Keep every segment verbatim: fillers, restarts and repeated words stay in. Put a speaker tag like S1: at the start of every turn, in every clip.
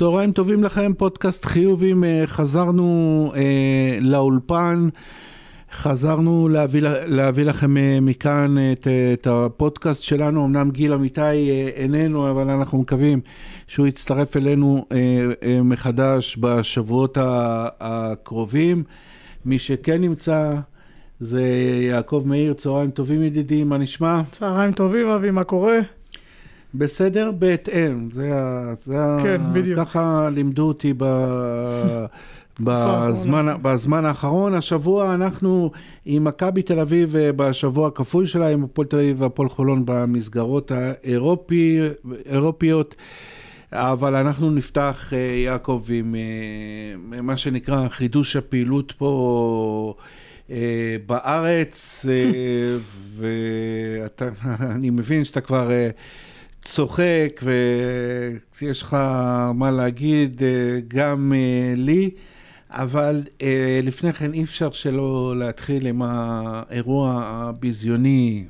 S1: צהריים טובים לכם, פודקאסט חיובים, חזרנו אה, לאולפן, חזרנו להביא, להביא לכם מכאן את, את הפודקאסט שלנו. אמנם גיל אמיתי אה, איננו, אבל אנחנו מקווים שהוא יצטרף אלינו אה, אה, מחדש בשבועות הקרובים. מי שכן נמצא זה יעקב מאיר. צהריים טובים ידידי, מה נשמע?
S2: צהריים טובים אבי, מה קורה?
S1: בסדר, בהתאם, זה, זה
S2: כן, בדיוק.
S1: ככה לימדו אותי ב, בזמן, בזמן האחרון. השבוע אנחנו עם מכבי תל אביב בשבוע הכפוי שלה, עם הפועל תל אביב והפועל חולון במסגרות האירופי, אירופיות, אבל אנחנו נפתח, יעקב, עם מה שנקרא חידוש הפעילות פה בארץ, ואני מבין שאתה כבר צוחק ויש לך מה להגיד גם לי, אבל לפני כן אי אפשר שלא להתחיל עם האירוע הביזיוני.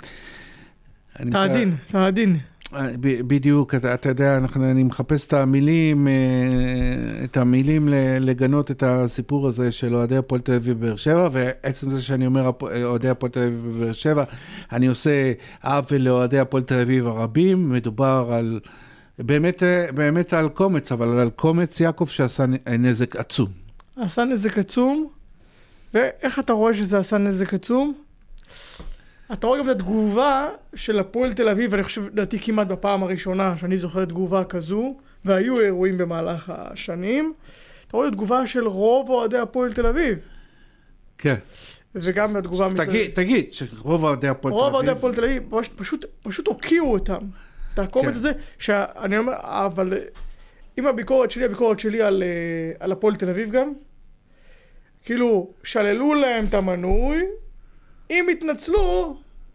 S2: תעדין, תעדין.
S1: בדיוק, אתה, אתה יודע, אנחנו, אני מחפש את המילים, את המילים לגנות את הסיפור הזה של אוהדי הפועל תל אביב בבאר שבע, ועצם זה שאני אומר אוהדי הפועל תל אביב בבאר שבע, אני עושה עוול לאוהדי הפועל תל אביב הרבים. מדובר על, באמת, באמת על קומץ, אבל על קומץ, יעקב, שעשה נזק עצום.
S2: עשה נזק עצום, ואיך אתה רואה שזה עשה נזק עצום? אתה רואה גם את התגובה של הפועל תל אביב, ואני חושב, דעתי כמעט בפעם הראשונה שאני זוכר תגובה כזו, והיו אירועים במהלך השנים, אתה רואה את תגובה של רוב אוהדי הפועל תל אביב.
S1: כן.
S2: וגם התגובה...
S1: תגיד, תגיד, שרוב אוהדי הפועל תל אביב...
S2: רוב אוהדי הפועל תל אביב, פשוט, פשוט הוקיעו אותם. תעקום את זה, שאני אומר, אבל אם הביקורת שלי, הביקורת שלי על, על הפועל תל אביב גם, כאילו, שללו להם את המנוי, אם יתנצלו,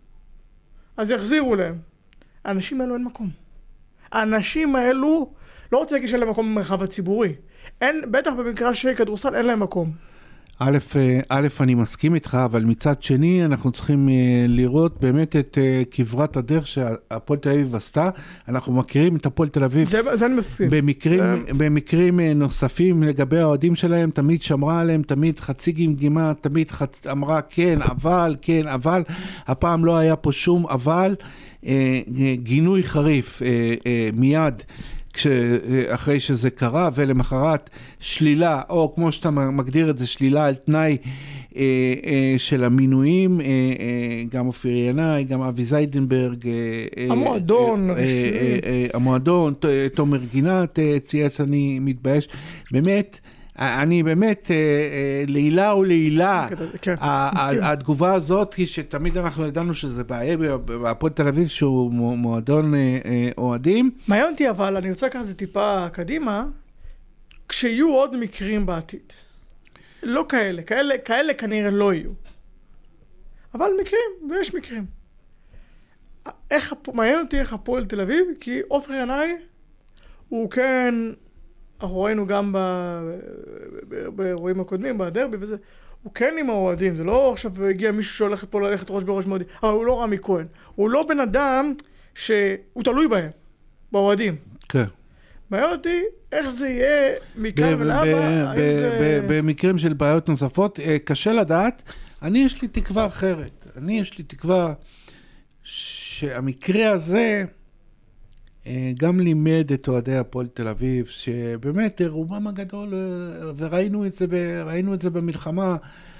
S2: אז יחזירו להם. האנשים האלו אין מקום. האנשים האלו, לא רוצה להגיד שאין להם מקום במרחב הציבורי. אין, בטח במקרה של כדורסל אין להם מקום.
S1: א', א', אני מסכים איתך, אבל מצד שני אנחנו צריכים לראות באמת את כברת הדרך שהפועל תל אביב עשתה. אנחנו מכירים את הפועל תל אביב.
S2: זה, זה אני מסכים.
S1: במקרים, במקרים נוספים לגבי האוהדים שלהם, תמיד שמרה עליהם, תמיד חצי גמגימה, תמיד חצ... אמרה כן, אבל, כן, אבל. הפעם לא היה פה שום אבל. גינוי חריף מיד. אחרי שזה קרה, ולמחרת שלילה, או כמו שאתה מגדיר את זה, שלילה על תנאי אה, אה, של המינויים, אה, אה, גם אופיר ינאי, גם אבי זיידנברג, אה,
S2: המועדון,
S1: אה, אה, אה, אה, המועדון, תומר גינת, אה, צייץ, אני מתבייש, באמת, אני באמת, לילה ולעילה, התגובה הזאת היא שתמיד אנחנו ידענו שזה בעיה בהפועל תל אביב שהוא מועדון אוהדים.
S2: מעניין אותי, אבל אני רוצה לקחת את זה טיפה קדימה, כשיהיו עוד מקרים בעתיד. לא כאלה, כאלה, כאלה כנראה לא יהיו. אבל מקרים, ויש מקרים. איך, מעניין אותי איך הפועל תל אביב, כי אופיר ינאי הוא כן... אנחנו ראינו גם באירועים הקודמים, בדרבי וזה, הוא כן עם האוהדים, זה לא עכשיו הגיע מישהו שהולך פה ללכת ראש בראש מודי, אבל הוא לא רמי כהן, הוא לא בן אדם שהוא תלוי בהם, באוהדים.
S1: כן.
S2: מעניין אותי איך זה יהיה מכאן ולאבא,
S1: במקרים של בעיות נוספות, קשה לדעת, אני יש לי תקווה אחרת, אני יש לי תקווה שהמקרה הזה, גם לימד את אוהדי הפועל תל אביב, שבאמת רובם הגדול, וראינו את זה, ראינו את זה במלחמה,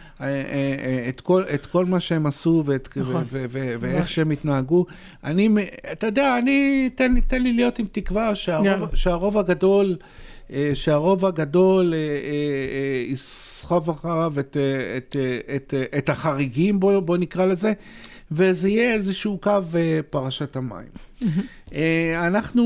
S1: את כל, את כל מה שהם עשו, ואת, ו, ו, ו, ואיך שהם התנהגו. אני, אתה יודע, אני, תן, תן לי להיות עם תקווה שהרוב, שהרוב הגדול, שהרוב הגדול יסחוב אחריו את, את, את, את החריגים, בוא, בוא נקרא לזה, וזה יהיה איזשהו קו פרשת המים. אנחנו,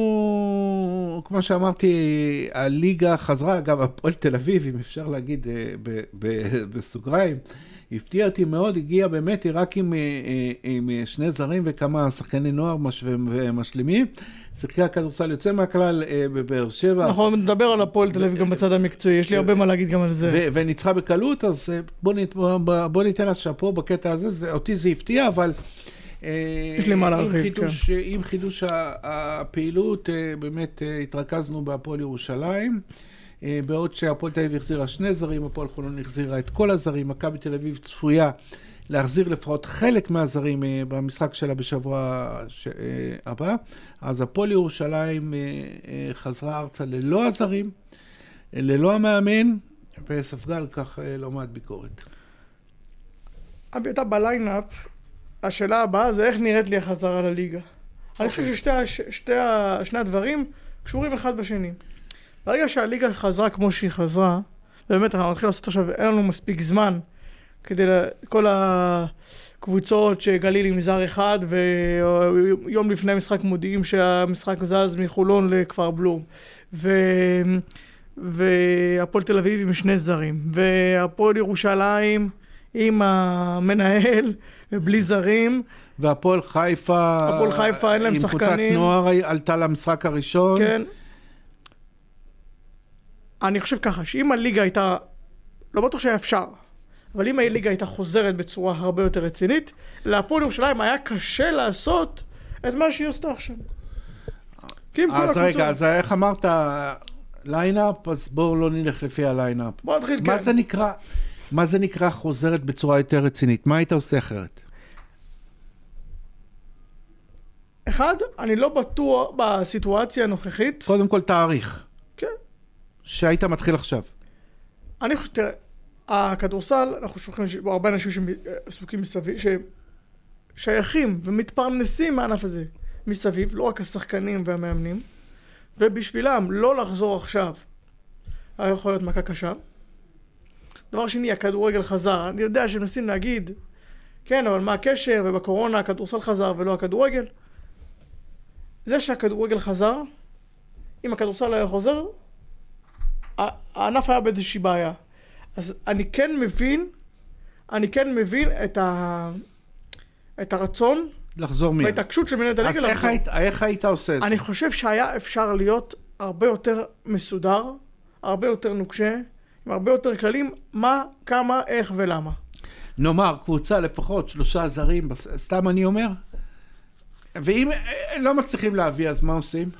S1: כמו שאמרתי, הליגה חזרה, אגב, הפועל תל אביב, אם אפשר להגיד בסוגריים, הפתיע אותי מאוד, הגיע באמת רק עם, עם שני זרים וכמה שחקני נוער ומשלימים, שיחקה כדורסל יוצא מהכלל בבאר שבע.
S2: אנחנו נדבר על הפועל תל אביב גם בצד המקצועי, יש לי הרבה מה להגיד גם על זה.
S1: וניצחה בקלות, אז בוא ניתן לה שפו בקטע הזה, אותי זה הפתיע, אבל
S2: יש לי מה להרחיב,
S1: עם חידוש, כן. עם חידוש הפעילות, באמת התרכזנו בהפועל ירושלים, בעוד שהפועל תל אביב החזירה שני זרים, הפועל חולון החזירה את כל הזרים, מכבי תל אביב צפויה להחזיר לפחות חלק מהזרים במשחק שלה בשבוע הבא, אז הפועל ירושלים חזרה ארצה ללא הזרים, ללא המאמן, וספגה על כך לא מעט ביקורת.
S2: אבי, אתה בליינאפ, השאלה הבאה זה איך נראית לי החזרה לליגה. אני חושב ששני הדברים קשורים אחד בשני. ברגע שהליגה חזרה כמו שהיא חזרה, ובאמת אנחנו נתחיל לעשות עכשיו, אין לנו מספיק זמן כדי כל הקבוצות שגליל עם זר אחד, ויום לפני משחק מודיעים שהמשחק זז מחולון לכפר בלום, ו... והפועל תל אביב עם שני זרים, והפועל ירושלים עם המנהל ובלי זרים,
S1: והפועל חיפה,
S2: הפועל חיפה אין להם
S1: עם
S2: שחקנים.
S1: קבוצת נוער עלתה למשחק הראשון.
S2: כן. אני חושב ככה, שאם הליגה הייתה, לא בטוח שהיה אפשר, אבל אם הליגה הייתה חוזרת בצורה הרבה יותר רצינית, להפועל ירושלים היה קשה לעשות את מה שהיא עושה עכשיו.
S1: אז רגע, אז איך אמרת ליינאפ, אז בואו לא נלך לפי הליינאפ.
S2: בואו נתחיל,
S1: מה
S2: כן.
S1: זה נקרא, מה זה נקרא חוזרת בצורה יותר רצינית? מה היית עושה אחרת?
S2: אחד, אני לא בטוח בסיטואציה הנוכחית.
S1: קודם כל תאריך.
S2: כן.
S1: שהיית מתחיל עכשיו.
S2: אני חושב, תראה, הכדורסל, אנחנו שולחים הרבה אנשים שעסוקים מסביב, ששייכים ומתפרנסים מהענף הזה מסביב, לא רק השחקנים והמאמנים, ובשבילם לא לחזור עכשיו, היה יכול להיות מכה קשה. דבר שני, הכדורגל חזר. אני יודע שמנסים להגיד, כן, אבל מה הקשר, ובקורונה הכדורסל חזר ולא הכדורגל. זה שהכדורגל חזר, אם הכדורסל היה חוזר, הענף היה באיזושהי בעיה. אז אני כן מבין, אני כן מבין את ה... את הרצון,
S1: לחזור מיד.
S2: וההתעקשות של מנהלת הליגה לחזור.
S1: אז איך היית, איך היית עושה את זה?
S2: אני חושב שהיה אפשר להיות הרבה יותר מסודר, הרבה יותר נוקשה, עם הרבה יותר כללים, מה, כמה, איך ולמה.
S1: נאמר, קבוצה לפחות שלושה זרים, סתם אני אומר, ואם לא מצליחים להביא, אז מה עושים?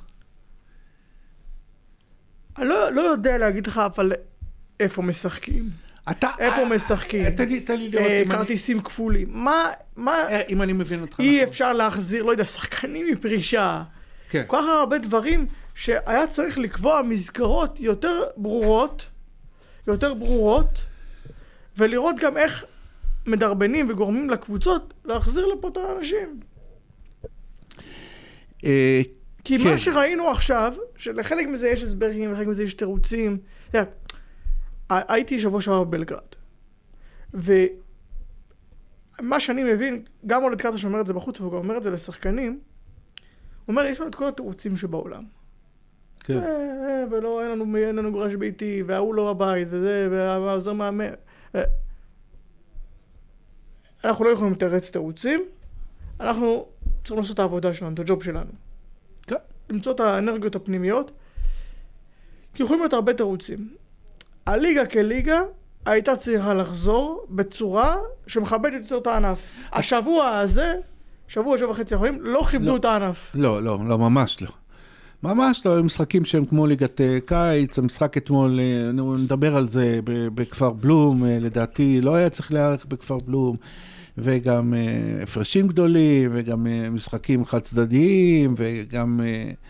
S2: אני לא, לא יודע להגיד לך, אבל איפה משחקים?
S1: אתה,
S2: איפה משחקים?
S1: תן לי, תן לי לראות
S2: אה,
S1: אם אני...
S2: כרטיסים כפולים. מה, מה...
S1: אם אני מבין אותך.
S2: אי
S1: נכון.
S2: אפשר להחזיר, לא יודע, שחקנים מפרישה.
S1: כן.
S2: כל כך הרבה דברים שהיה צריך לקבוע מסגרות יותר ברורות, יותר ברורות, ולראות גם איך מדרבנים וגורמים לקבוצות להחזיר לפה את האנשים.
S1: אה,
S2: כי
S1: כן.
S2: מה שראינו עכשיו, שלחלק מזה יש הסברים, לחלק מזה יש תירוצים. אתה יודע, הייתי שבוע שעבר בבלגרד, ומה שאני מבין, גם אולד קאטה שאומר את זה בחוץ, והוא גם אומר את זה לשחקנים, הוא אומר, יש לנו את כל התירוצים שבעולם.
S1: כן.
S2: אה, אה, ולא, אין לנו, אין לנו גרש ביתי, והוא לא בבית, וזה, והעוזר מאמן. אה. אנחנו לא יכולים לתרץ תירוצים, אנחנו צריכים לעשות את העבודה שלנו, את הג'וב שלנו.
S1: כן.
S2: למצוא את האנרגיות הפנימיות, כי יכולים להיות הרבה תירוצים. הליגה כליגה הייתה צריכה לחזור בצורה שמכבדת יותר את הענף. השבוע הזה, שבוע, שבוע וחצי האחרונים, לא כיבדו את הענף.
S1: לא, לא, לא, ממש לא. ממש לא, משחקים שהם כמו ליגת קיץ, המשחק אתמול, נדבר על זה בכפר בלום, לדעתי לא היה צריך להערך בכפר בלום, וגם הפרשים גדולים, וגם משחקים חד צדדיים, וגם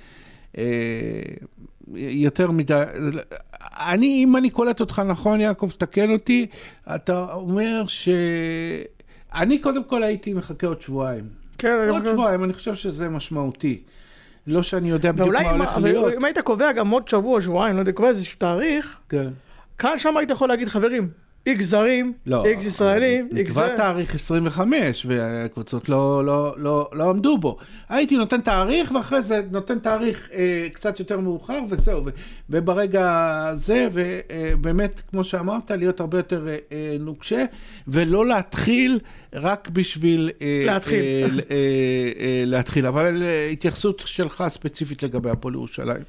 S1: יותר מדי... אני, אם אני קולט אותך נכון, יעקב, תקן אותי, אתה אומר ש... אני קודם כל הייתי מחכה עוד שבועיים.
S2: כן,
S1: עוד שבועיים, אני חושב שזה משמעותי. לא שאני יודע בדיוק מה הולך
S2: אבל
S1: להיות.
S2: אם היית קובע גם עוד שבוע, שבועיים, לא יודע, קובע איזשהו תאריך,
S1: כן.
S2: כאן שם היית יכול להגיד, חברים, איקס זרים, איקס ישראלים, איקס זה.
S1: נקבע תאריך עשרים וחמש, והקבוצות לא, לא, לא, לא עמדו בו. הייתי נותן תאריך, ואחרי זה נותן תאריך אה, קצת יותר מאוחר, וזהו. ו, וברגע זה, ובאמת, כמו שאמרת, להיות הרבה יותר אה, נוקשה, ולא להתחיל רק בשביל... אה,
S2: להתחיל.
S1: אה, אה, אה, להתחיל. אבל אה, התייחסות שלך ספציפית לגבי הפועל ירושלים.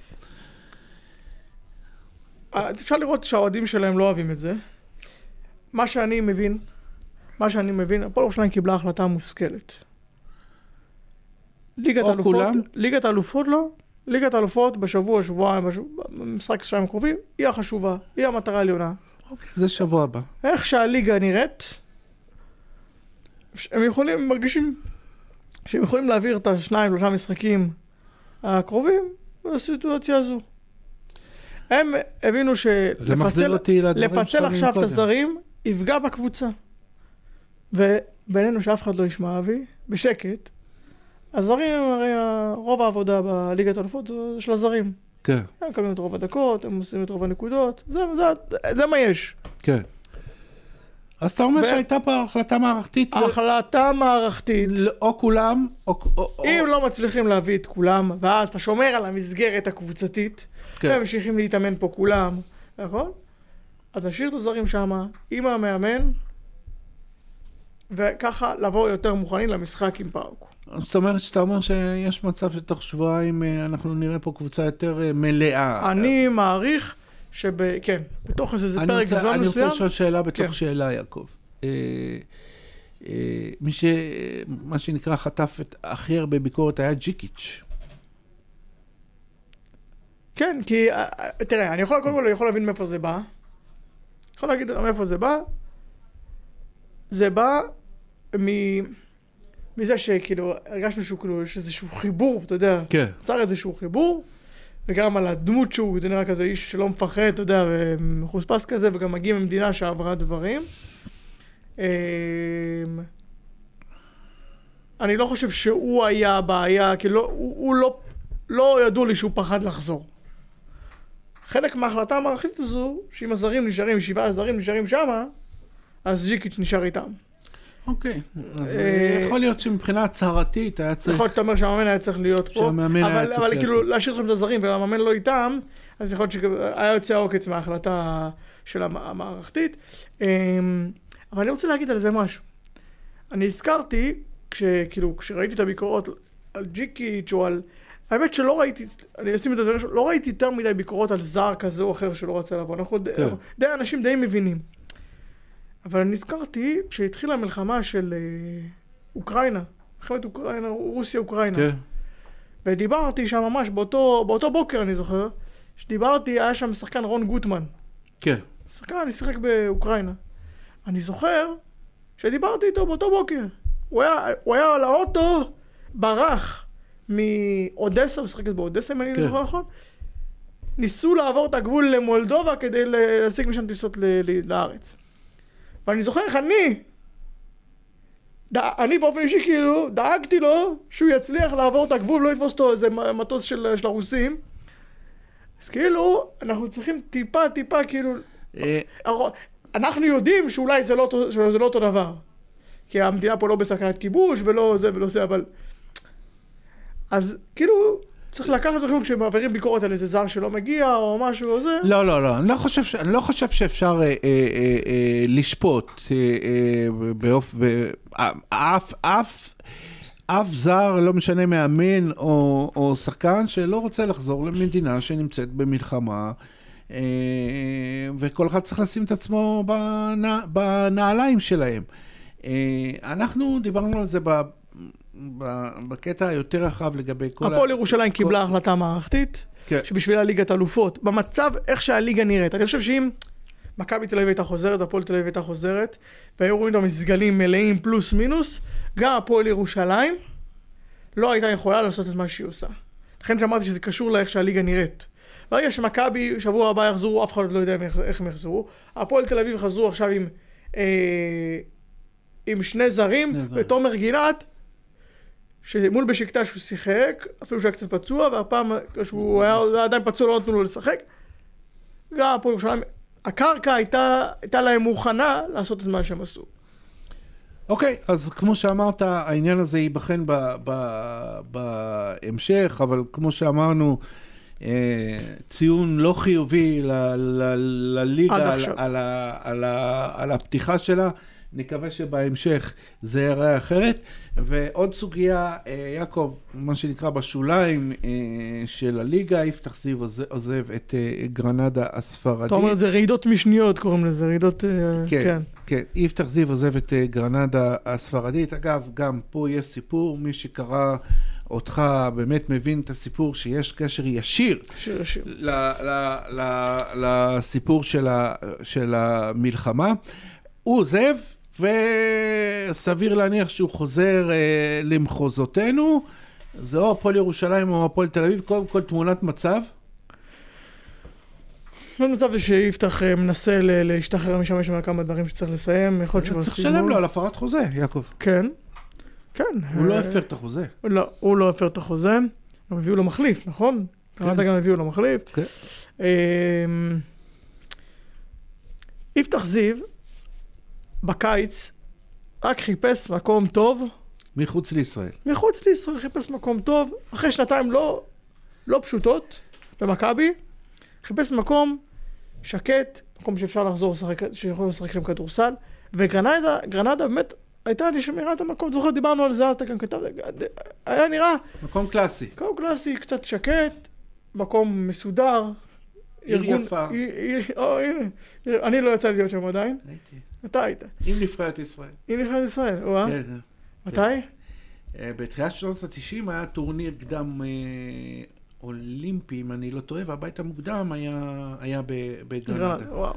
S2: אפשר לראות שהאוהדים שלהם לא אוהבים את זה. מה שאני מבין, מה שאני מבין, הפועל ירושלים קיבלה החלטה מושכלת. ליגת
S1: או
S2: אלופות,
S1: כולם?
S2: ליגת אלופות לא. ליגת אלופות בשבוע, שבועיים, במשחק שלהם הקרובים, היא החשובה, היא המטרה העליונה.
S1: אוקיי, זה שבוע הבא.
S2: איך שהליגה נראית, הם יכולים, מרגישים שהם יכולים להעביר את השניים, שלושה משחקים הקרובים בסיטואציה הזו. הם הבינו שלפצל עכשיו את הזרים יפגע בקבוצה. ובינינו שאף אחד לא ישמע אבי, בשקט, הזרים, הרי רוב העבודה בליגת האלופות זה של הזרים.
S1: כן.
S2: הם מקבלים את רוב הדקות, הם עושים את רוב הנקודות, זה, זה, זה מה יש.
S1: כן. אז אתה אומר ו... שהייתה פה החלטה מערכתית?
S2: החלטה מערכתית.
S1: או כולם, או...
S2: אם או... לא מצליחים להביא את כולם, ואז אתה שומר על המסגרת הקבוצתית, כן. והם ממשיכים להתאמן פה כולם, נכון? אז נשאיר את הזרים שם, עם המאמן, וככה לבוא יותר מוכנים למשחק עם פאוק.
S1: זאת אומרת שאתה אומר שיש מצב שתוך שבועיים אנחנו נראה פה קבוצה יותר מלאה.
S2: אני מעריך שב... כן, בתוך איזה פרק זמן מסוים.
S1: אני רוצה לשאול שאלה בתוך שאלה, יעקב. מי ש... מה שנקרא חטף את הכי הרבה ביקורת היה ג'יקיץ'. כן,
S2: כי... תראה, אני יכול, קודם כל, יכול להבין מאיפה זה בא. יכול להגיד מאיפה זה בא. זה בא מ... מזה שכאילו, הרגשנו שהוא כאילו, יש איזשהו חיבור, אתה יודע,
S1: כן.
S2: צר איזשהו חיבור, וגם על הדמות שהוא, זה נראה כזה איש שלא מפחד, אתה יודע, ומחוספס כזה, וגם מגיע ממדינה שעברה דברים. אני לא חושב שהוא היה הבעיה, כי לא, הוא, הוא לא, לא ידעו לי שהוא פחד לחזור. חלק מההחלטה המערכתית הזו, שאם הזרים נשארים, שבעה הזרים נשארים שמה, אז ז'יקיץ' נשאר איתם.
S1: אוקיי, אז יכול להיות שמבחינה הצהרתית היה צריך...
S2: יכול להיות שאתה אומר שהמאמן היה צריך להיות פה, אבל כאילו להשאיר שם את הזרים והמאמן לא איתם, אז יכול להיות שהיה יוצא העוקץ מההחלטה של המערכתית. אבל אני רוצה להגיד על זה משהו. אני הזכרתי, כאילו, כשראיתי את הביקורות על ג'יקיץ' או על... האמת שלא ראיתי, אני אשים את הדברים שלו, לא ראיתי יותר מדי ביקורות על זר כזה או אחר שלא רצה לבוא. אנחנו די אנשים די מבינים. אבל אני נזכרתי שהתחילה המלחמה של אוקראינה, מלחמת אוקראינה, רוסיה-אוקראינה. כן. ודיברתי שם ממש באותו, באותו בוקר, אני זוכר, שדיברתי, היה שם שחקן רון גוטמן.
S1: כן.
S2: שחקן, אני שיחק באוקראינה. אני זוכר שדיברתי איתו באותו בוקר. הוא היה, הוא היה על האוטו, ברח מאודסה, הוא שיחק באודסה, אם אני זוכר נכון. ניסו לעבור את הגבול למולדובה כדי להשיג משם טיסות לארץ. ואני זוכר איך אני, דע, אני באופן אישי כאילו, דאגתי לו שהוא יצליח לעבור את הגבול, לא יתפוס אותו איזה מטוס של, של הרוסים. אז כאילו, אנחנו צריכים טיפה, טיפה, כאילו, אנחנו יודעים שאולי זה לא, זה לא אותו דבר. כי המדינה פה לא בסכנת כיבוש, ולא זה ולא זה, אבל... אז כאילו... צריך לקחת בחשבון כשמעבירים ביקורת על איזה זר שלא מגיע או משהו או זה.
S1: לא, לא, לא. אני לא חושב, ש... אני לא חושב שאפשר אה, אה, אה, לשפוט אה, אה, באופ... אף, אף, אף זר, לא משנה מאמן או, או שחקן שלא רוצה לחזור למדינה שנמצאת במלחמה, אה, וכל אחד צריך לשים את עצמו בנע... בנעליים שלהם. אה, אנחנו דיברנו על זה ב... בקטע היותר רחב לגבי כל...
S2: הפועל ירושלים קיבלה החלטה מערכתית, שבשבילה ליגת אלופות, במצב איך שהליגה נראית. אני חושב שאם מכבי תל אביב הייתה חוזרת, הפועל תל אביב הייתה חוזרת, והיו רואים את המסגלים מלאים פלוס מינוס, גם הפועל ירושלים לא הייתה יכולה לעשות את מה שהיא עושה. לכן שאמרתי שזה קשור לאיך שהליגה נראית. ברגע שמכבי שבוע הבא יחזרו, אף אחד לא יודע איך הם יחזרו. הפועל תל אביב חזרו עכשיו עם, אה, עם שני זרים, ותומר גינת, שמול בשקטש הוא שיחק, אפילו שהיה קצת פצוע, והפעם שהוא היה עדיין פצוע לא נתנו לו לשחק. גם הפועל ירושלים, הקרקע הייתה, הייתה להם מוכנה לעשות את מה שהם עשו.
S1: אוקיי, אז כמו שאמרת, העניין הזה ייבחן ב, ב, בהמשך, אבל כמו שאמרנו, ציון לא חיובי ל, ל, לליגה על, על, על, על הפתיחה שלה. נקווה שבהמשך זה יראה אחרת. ועוד סוגיה, יעקב, מה שנקרא בשוליים של הליגה, יפתח זיו עוזב את גרנדה הספרדית.
S2: אתה אומר, זה רעידות משניות קוראים לזה, רעידות...
S1: כן, כן. כן. יפתח זיו עוזב את גרנדה הספרדית. אגב, גם פה יש סיפור, מי שקרא אותך באמת מבין את הסיפור שיש קשר ישיר
S2: שיר, שיר.
S1: ל, ל, ל, לסיפור של, ה, של המלחמה. הוא עוזב, וסביר להניח שהוא חוזר אה, למחוזותינו. זה או הפועל ירושלים או הפועל תל אביב. קודם כל תמונת מצב.
S2: תמונת מצב זה שיפתח מנסה להשתחרר משם, יש כמה דברים שצריך לסיים. יכול להיות שהוא
S1: צריך לשלם לו על הפרת חוזה, יעקב.
S2: כן. כן.
S1: הוא לא הפר את החוזה.
S2: לא, הוא לא הפר את החוזה. הם הביאו לו מחליף, נכון? גרנדה גם הביאו לו מחליף.
S1: כן.
S2: יפתח זיו, בקיץ, רק חיפש מקום טוב.
S1: מחוץ לישראל.
S2: מחוץ לישראל חיפש מקום טוב. אחרי שנתיים לא, לא פשוטות, במכבי, חיפש מקום שקט, מקום שאפשר לחזור, שיכול לשחק שם כדורסל. וגרנדה, גרנדה באמת הייתה לי שמירה את המקום. זוכר, דיברנו על זה, אז אתה גם כתב, היה נראה...
S1: מקום קלאסי.
S2: מקום קלאסי, קצת שקט, מקום מסודר.
S1: עיר
S2: ארגון,
S1: יפה.
S2: עיר, עיר, או, הנה, אני לא יצא להיות שם עדיין.
S1: הייתי.
S2: אתה היית.
S1: עם נבחרת ישראל.
S2: עם נבחרת ישראל, וואה.
S1: כן.
S2: מתי?
S1: בתחילת שנות ה-תשעים היה טורניר קדם אולימפי, אם אני לא טועה, והבית המוקדם היה בגרנדה.
S2: וואו.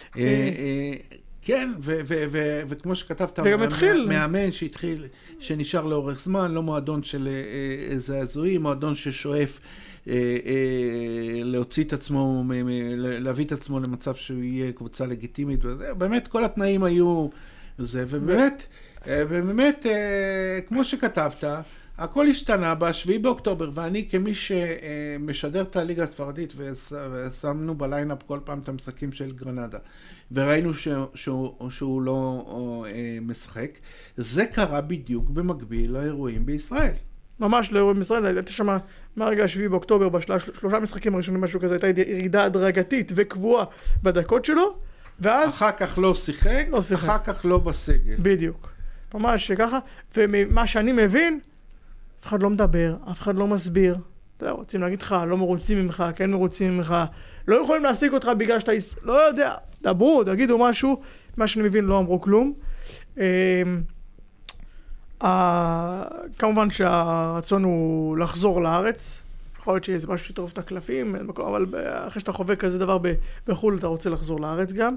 S1: כן, וכמו שכתבת,
S2: וגם התחיל.
S1: מאמן שהתחיל, שנשאר לאורך זמן, לא מועדון של זעזועים, מועדון ששואף להוציא את עצמו, להביא את עצמו למצב שהוא יהיה קבוצה לגיטימית. באמת כל התנאים היו זה, ובאמת, ובאמת, כמו שכתבת, הכל השתנה בשביעי באוקטובר, ואני כמי שמשדר את הליגה הספרדית, ושמנו בליינאפ כל פעם את המשחקים של גרנדה, וראינו שהוא, שהוא לא משחק, זה קרה בדיוק במקביל לאירועים בישראל.
S2: ממש לאירועים בישראל, הייתה שמה מהרגע השביעי באוקטובר, בשלושה משחקים הראשונים משהו כזה, הייתה ירידה הדרגתית וקבועה בדקות שלו, ואז... אחר
S1: כך לא שיחק, לא שיחק. אחר כך לא בסגל.
S2: בדיוק. ממש ככה, ומה שאני מבין, אף אחד לא מדבר, אף אחד לא מסביר. אתה יודע, רוצים להגיד לך, לא מרוצים ממך, כן מרוצים ממך, לא יכולים להשיג אותך בגלל שאתה... לא יודע, דברו, תגידו משהו, מה שאני מבין לא אמרו כלום. כמובן שהרצון הוא לחזור לארץ, יכול להיות שזה משהו שטרוף את הקלפים, אבל אחרי שאתה חווה כזה דבר בחו"ל, אתה רוצה לחזור לארץ גם.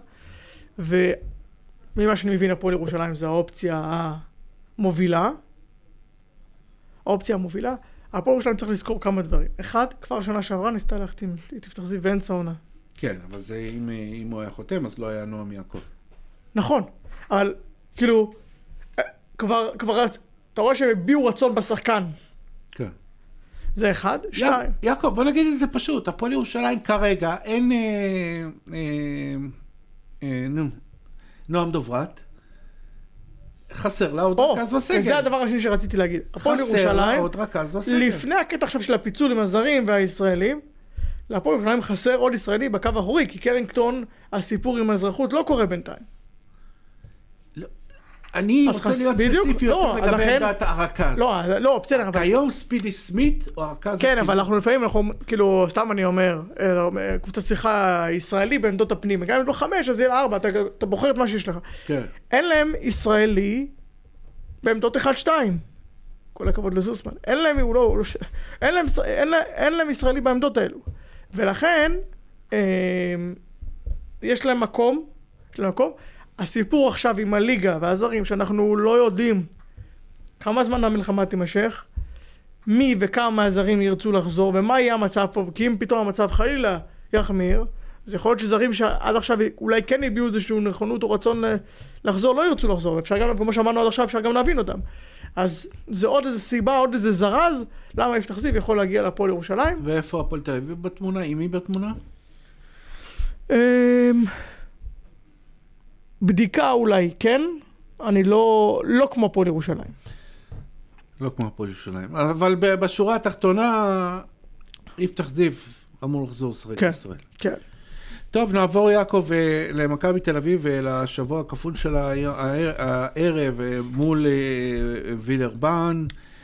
S2: וממה שאני מבין, הפועל ירושלים זה האופציה המובילה. האופציה המובילה. הפועל ירושלים צריך לזכור כמה דברים. אחד, כבר שנה שעברה ניסתה להחתים את יפתח זיו באמצע העונה.
S1: כן, אבל זה אם, אם הוא היה חותם, אז לא היה נועם יעקב.
S2: נכון, אבל כאילו, כבר, כבר, אתה רואה שהם הביעו רצון בשחקן.
S1: כן.
S2: זה אחד, שתיים.
S1: יעקב, בוא נגיד את זה פשוט. הפועל ירושלים כרגע אין, אה, אה, אה, נו, נועם דוברת. חסר לה עוד רכז בסגל.
S2: זה הדבר השני שרציתי להגיד.
S1: חסר לה עוד רכז בסגל.
S2: לפני הקטע עכשיו של הפיצול עם הזרים והישראלים, להפועל ירושלים חסר עוד ישראלי בקו האחורי, כי קרינגטון, הסיפור עם האזרחות לא קורה בינתיים.
S1: אני רוצה להיות ספציפי יותר לגבי עמדת הרכז.
S2: לא, לא, בסדר.
S1: היום ספידי סמית או הרכז...
S2: כן, אבל אנחנו לפעמים, אנחנו, כאילו, סתם אני אומר, קבוצת שיחה ישראלי בעמדות הפנים, גם אם לא חמש, אז יהיה לה ארבע, אתה בוחר את מה שיש לך.
S1: כן.
S2: אין להם ישראלי בעמדות אחד שתיים. כל הכבוד לזוסמן. אין להם, הוא לא... אין להם ישראלי בעמדות האלו. ולכן, יש להם מקום, יש להם מקום, הסיפור עכשיו עם הליגה והזרים שאנחנו לא יודעים כמה זמן המלחמה תימשך, מי וכמה הזרים ירצו לחזור ומה יהיה המצב פה, כי אם פתאום המצב חלילה יחמיר, אז יכול להיות שזרים שעד עכשיו אולי כן הביאו איזשהו נכונות או רצון לחזור, לא ירצו לחזור, ואפשר גם, כמו שאמרנו עד עכשיו, אפשר גם להבין אותם. אז זה עוד איזה סיבה, עוד איזה זרז, למה יפתח זיו יכול להגיע לפועל ירושלים.
S1: ואיפה הפועל תל אביב בתמונה? עם מי בתמונה?
S2: בדיקה אולי, כן? אני לא, לא כמו הפועל ירושלים.
S1: לא כמו הפועל ירושלים. אבל בשורה התחתונה, יפתח זיו אמור לחזור לשחק
S2: כן,
S1: בישראל.
S2: כן.
S1: טוב, נעבור יעקב למכבי תל אביב ולשבוע הכפול של הערב מול וילרבן,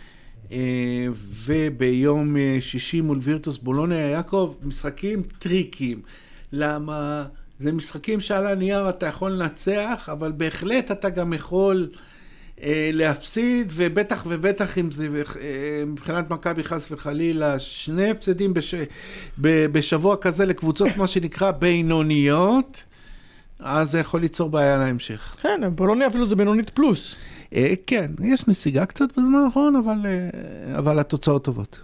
S1: וביום שישי מול וירטוס בולוניה. יעקב, משחקים טריקים. למה? זה משחקים שעל הנייר אתה יכול לנצח, אבל בהחלט אתה גם יכול להפסיד, ובטח ובטח אם זה מבחינת מכבי חס וחלילה, שני הפסדים בש... בשבוע כזה לקבוצות מה שנקרא בינוניות, אז זה יכול ליצור בעיה להמשך.
S2: כן, בולוניה אפילו זה בינונית פלוס.
S1: כן, יש נסיגה קצת בזמן האחרון, אבל, אבל התוצאות טובות.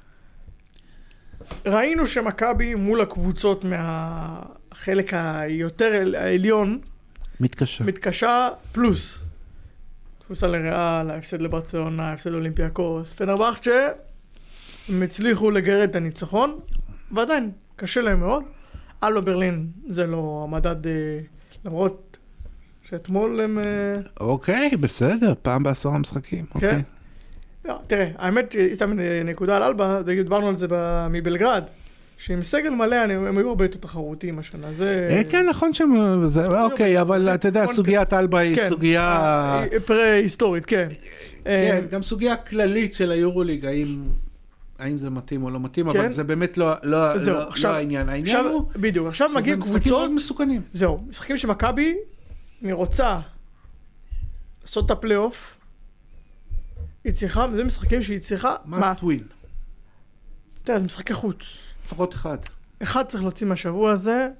S2: ראינו שמכבי מול הקבוצות מהחלק היותר העליון,
S1: מתקשה.
S2: מתקשה פלוס. תפוסה לריאל, ההפסד לברצלונה, ההפסד לאולימפיאקוס, פנרבחצ'ה, הם הצליחו לגרד את הניצחון, ועדיין קשה להם מאוד. אלבה ברלין זה לא המדד, למרות שאתמול הם...
S1: אוקיי, בסדר, פעם בעשור המשחקים.
S2: כן.
S1: אוקיי.
S2: לא, תראה, האמת שסתם נקודה על אלבה, דיברנו על זה מבלגרד, שעם סגל מלא הם היו הרבה יותר תחרותיים השנה. זה...
S1: כן, נכון שהם... אוקיי, אבל אתה יודע, סוגיית אלבה היא סוגיה...
S2: פרה-היסטורית, כן.
S1: כן, גם סוגיה כללית של היורוליג, האם... האם זה מתאים או לא מתאים, אבל זה באמת לא העניין. העניין הוא...
S2: בדיוק, עכשיו מגיעים קבוצות...
S1: משחקים מאוד מסוכנים.
S2: זהו, משחקים שמכבי רוצה לעשות את הפלייאוף, היא צריכה, זה משחקים שהיא צריכה...
S1: must win.
S2: תראה, זה משחקי חוץ.
S1: לפחות אחד.
S2: אחד צריך להוציא מהשבוע הזה,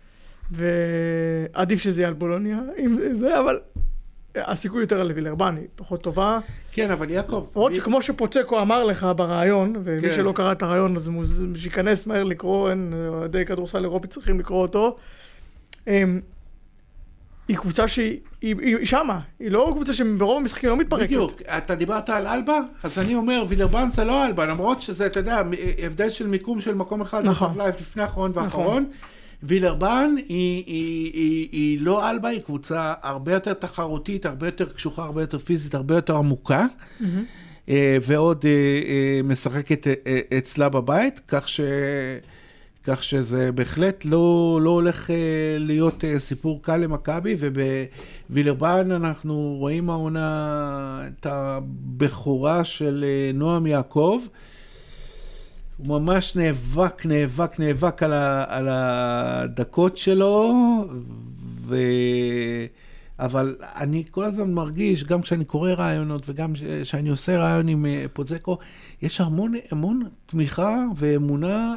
S2: ועדיף שזה יהיה על בולוניה, אם זה, אבל... הסיכוי יותר על וילרבן, היא פחות טובה.
S1: כן, אבל יעקב...
S2: למרות שכמו שפוצקו אמר לך ברעיון, ומי שלא קרא את הרעיון, אז שיכנס מהר לקרוא, די כדורסל אירופי צריכים לקרוא אותו. היא קבוצה שהיא שמה, היא לא קבוצה שברוב המשחקים לא מתפרקת.
S1: בדיוק, אתה דיברת על אלבה, אז אני אומר, וילרבן זה לא אלבה, למרות שזה, אתה יודע, הבדל של מיקום של מקום אחד, בטבלה לפני האחרון והאחרון, וילרבן היא, היא, היא, היא לא אלבה, היא קבוצה הרבה יותר תחרותית, הרבה יותר קשוחה, הרבה יותר פיזית, הרבה יותר עמוקה, mm-hmm. ועוד משחקת אצלה בבית, כך, ש, כך שזה בהחלט לא, לא הולך להיות סיפור קל למכבי, ובווילרבן אנחנו רואים העונה את הבחורה של נועם יעקב, הוא ממש נאבק, נאבק, נאבק על, ה, על הדקות שלו, ו... אבל אני כל הזמן מרגיש, גם כשאני קורא רעיונות וגם כשאני עושה רעיון עם פוצקו, יש המון, המון תמיכה ואמונה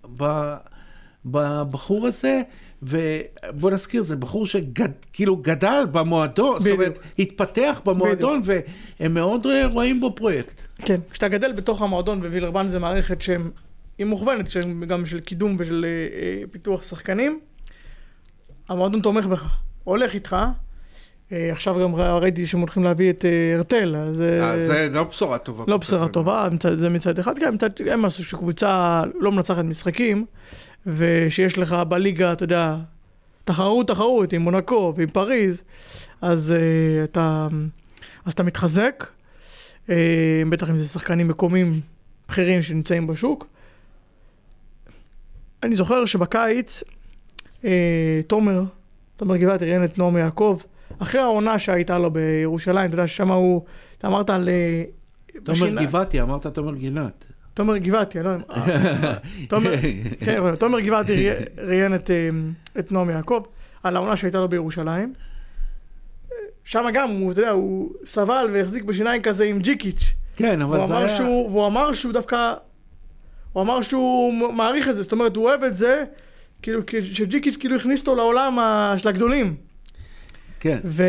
S1: בבחור הזה, ובוא נזכיר, זה בחור שכאילו גדל במועדון, זאת אומרת, התפתח במועדון, והם מאוד רואים בו פרויקט.
S2: כן, כשאתה גדל בתוך המועדון, ווילרבן זה מערכת שהיא מוכוונת, גם של קידום ושל פיתוח שחקנים, המועדון תומך בך, הולך איתך, עכשיו גם ראיתי שהם הולכים להביא את הרטל, אז...
S1: זה לא בשורה טובה.
S2: לא בשורה טובה, זה מצד אחד, כי הם משהו שקבוצה לא מנצחת משחקים, ושיש לך בליגה, אתה יודע, תחרות, תחרות עם מונקו ועם פריז, אז uh, אתה, אז אתה מתחזק, uh, בטח אם זה שחקנים מקומיים בכירים שנמצאים בשוק. אני זוכר שבקיץ, uh, תומר, תומר גבעתי ראיין את נועם יעקב, אחרי העונה שהייתה לו בירושלים, אתה יודע ששמה הוא, אתה אמרת על...
S1: תומר גבעתי, אמרת תומר גינת.
S2: תומר גבעתי, אני לא יודע. תומר גבעתי ראיין את נועם יעקב על העונה שהייתה לו בירושלים. שם גם, אתה יודע, הוא סבל והחזיק בשיניים כזה עם ג'יקיץ'.
S1: כן, אבל זה היה...
S2: והוא אמר שהוא דווקא, הוא אמר שהוא מעריך את זה, זאת אומרת, הוא אוהב את זה, כאילו, שג'יקיץ' כאילו הכניס אותו לעולם של הגדולים.
S1: כן.
S2: ו...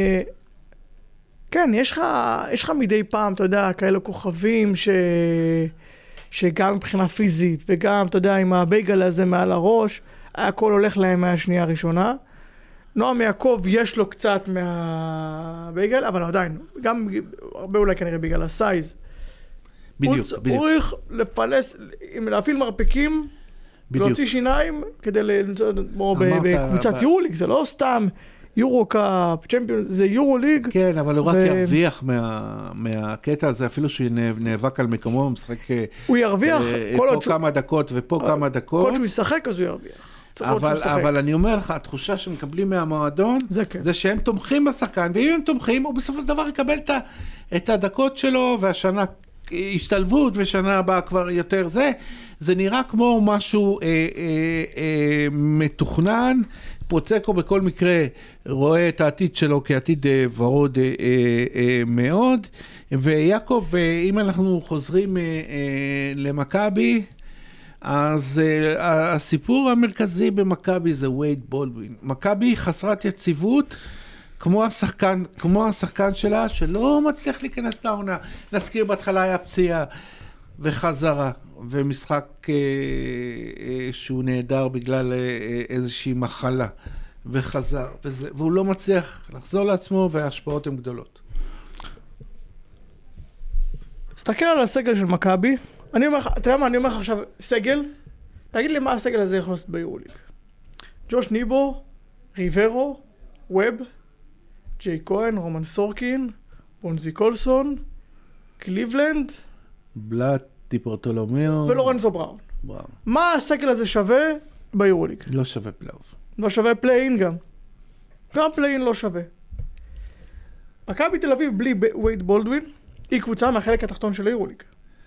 S2: כן, יש לך, יש לך מדי פעם, אתה יודע, כאלה כוכבים ש... שגם מבחינה פיזית, וגם, אתה יודע, עם הבייגל הזה מעל הראש, הכל הולך להם מהשנייה הראשונה. נועם יעקב יש לו קצת מהבייגל, אבל עדיין, גם הרבה אולי כנראה בגלל הסייז.
S1: בדיוק,
S2: הוא
S1: בדיוק.
S2: הוא צריך לפלס, להפעיל מרפקים, בדיוק. להוציא שיניים, כדי למצוא בקבוצת ב... יורוליג, זה לא סתם... יורו-קאפ, צ'מפיון, זה יורו-ליג.
S1: כן, אבל הוא ו... רק ירוויח מה, מהקטע הזה, אפילו שהוא נאבק על מקומו, הוא משחק...
S2: הוא ירוויח
S1: כל פה כמה שהוא... דקות ופה
S2: כל...
S1: כמה דקות.
S2: כל שהוא ישחק, אז הוא ירוויח.
S1: אבל, אבל אני אומר לך, התחושה שמקבלים מהמועדון,
S2: זה, כן.
S1: זה שהם תומכים בשחקן, ואם הם תומכים, הוא בסופו של דבר יקבל את, את הדקות שלו, והשנה השתלבות, ושנה הבאה כבר יותר זה. זה נראה כמו משהו אה, אה, אה, מתוכנן, פוצקו בכל מקרה רואה את העתיד שלו כעתיד ורוד מאוד, ויעקב, אם אנחנו חוזרים למכבי, אז הסיפור המרכזי במכבי זה וייד בולדווין. מכבי חסרת יציבות, כמו השחקן, כמו השחקן שלה, שלא מצליח להיכנס לעונה. נזכיר בהתחלה היה פציעה וחזרה, ומשחק אה, אה, שהוא נהדר בגלל אה, איזושהי מחלה, וחזר, וזה, והוא לא מצליח לחזור לעצמו, וההשפעות הן גדולות.
S2: תסתכל על הסגל של מכבי, אני אומר לך, אתה יודע מה, אני אומר לך עכשיו, סגל, תגיד לי מה הסגל הזה יכול לעשות ביורוליג. ג'וש ניבו, ריברו, ווב, ג'יי כהן, רומן סורקין, בונזי קולסון, קליבלנד,
S1: בלאט, דיפורטולומיאו,
S2: ולורנזו בראון.
S1: בראון.
S2: מה הסגל הזה שווה ביורוליג?
S1: לא שווה פלייאוף.
S2: לא שווה פליין גם. גם פליין לא שווה. מכבי תל אביב בלי וייד בולדווין, היא קבוצה מהחלק התחתון של היורוליג.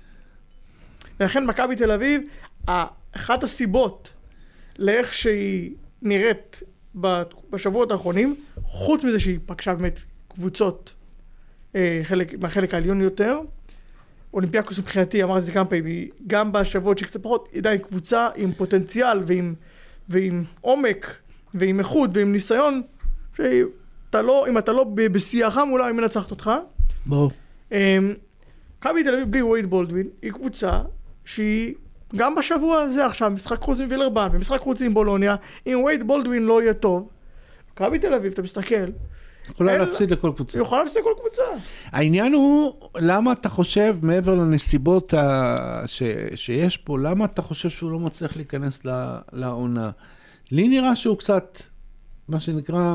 S2: ולכן מכבי תל אביב, אחת הסיבות לאיך שהיא נראית בשבועות האחרונים, חוץ מזה שהיא פגשה באמת קבוצות חלק, מהחלק העליון יותר, אולימפיאקוס מבחינתי, אמרתי את זה כמה פעמים, גם בשבועות שקצת פחות, היא עדיין קבוצה עם פוטנציאל ועם, ועם עומק ועם איכות ועם ניסיון, שאתה לא, אם אתה לא בשיחם אולי היא מנצחת אותך.
S1: ברור.
S2: מכבי תל אביב בלי וייד בולדווין היא קבוצה שהיא גם בשבוע הזה עכשיו, משחק חוץ עם וילרבן ומשחק חוץ עם בולוניה, אם וייד בולדווין לא יהיה טוב, מכבי תל אביב, אתה מסתכל,
S1: יכולה להפסיד לכל קבוצה.
S2: היא יכולה להפסיד לכל קבוצה.
S1: העניין הוא, למה אתה חושב, מעבר לנסיבות ש... שיש פה, למה אתה חושב שהוא לא מצליח להיכנס לעונה? לי נראה שהוא קצת, מה שנקרא,